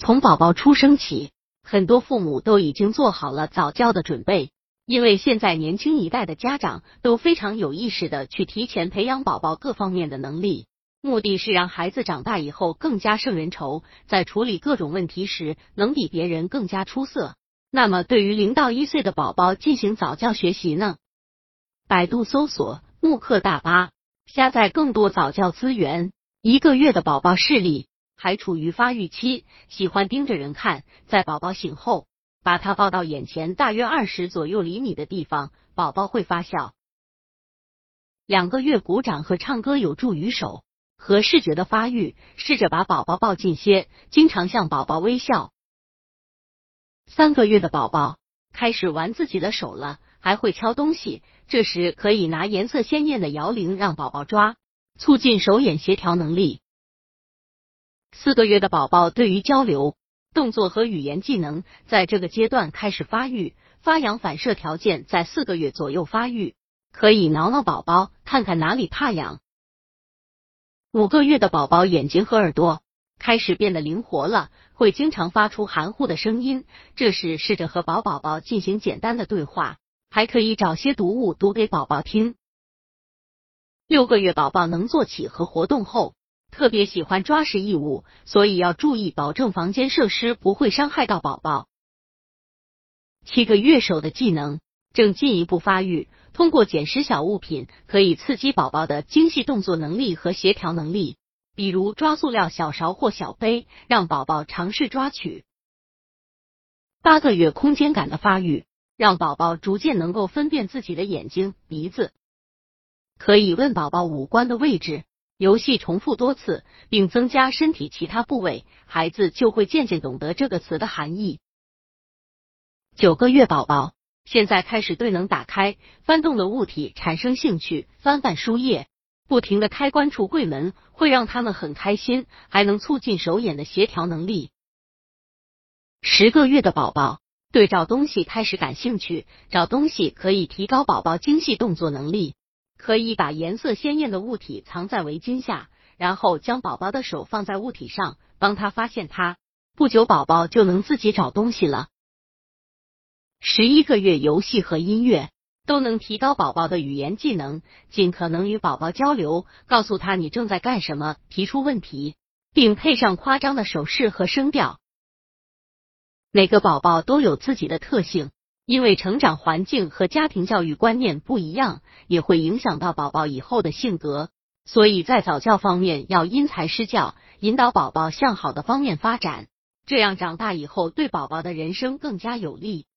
从宝宝出生起，很多父母都已经做好了早教的准备，因为现在年轻一代的家长都非常有意识的去提前培养宝宝各方面的能力，目的是让孩子长大以后更加胜人筹，在处理各种问题时能比别人更加出色。那么对于0到1岁的宝宝进行早教学习呢？百度搜索慕课大巴，下载更多早教资源。1个月的宝宝视力还处于发育期，喜欢盯着人看，在宝宝醒后，把他抱到眼前大约20左右厘米的地方，宝宝会发笑。2个月鼓掌和唱歌有助于手和视觉的发育，试着把宝宝抱近些，经常向宝宝微笑。3个月的宝宝开始玩自己的手了，还会敲东西，这时可以拿颜色鲜艳的摇铃让宝宝抓，促进手眼协调能力。4个月的宝宝对于交流、动作和语言技能在这个阶段开始发育，发扬反射条件在4个月左右发育，可以挠挠宝宝，看看哪里怕痒。5个月的宝宝眼睛和耳朵开始变得灵活了，会经常发出含糊的声音，这时试着和宝宝进行简单的对话，还可以找些读物读给宝宝听。6个月宝宝能坐起和活动后，特别喜欢抓拾异物，所以要注意保证房间设施不会伤害到宝宝。7个月手的技能正进一步发育，通过捡拾小物品可以刺激宝宝的精细动作能力和协调能力，比如抓塑料小勺或小杯，让宝宝尝试抓取。8个月空间感的发育，让宝宝逐渐能够分辨自己的眼睛、鼻子，可以问宝宝五官的位置。游戏重复多次，并增加身体其他部位，孩子就会渐渐懂得这个词的含义。9个月宝宝现在开始对能打开、翻动的物体产生兴趣，翻翻书页，不停的开关橱柜门会让他们很开心，还能促进手眼的协调能力。10个月的宝宝对找东西开始感兴趣，找东西可以提高宝宝精细动作能力。可以把颜色鲜艳的物体藏在围巾下，然后将宝宝的手放在物体上，帮他发现它。不久宝宝就能自己找东西了。11个月游戏和音乐都能提高宝宝的语言技能，尽可能与宝宝交流，告诉他你正在干什么，提出问题，并配上夸张的手势和声调。每个宝宝都有自己的特性，因为成长环境和家庭教育观念不一样，也会影响到宝宝以后的性格，所以在早教方面要因材施教，引导宝宝向好的方面发展，这样长大以后对宝宝的人生更加有利。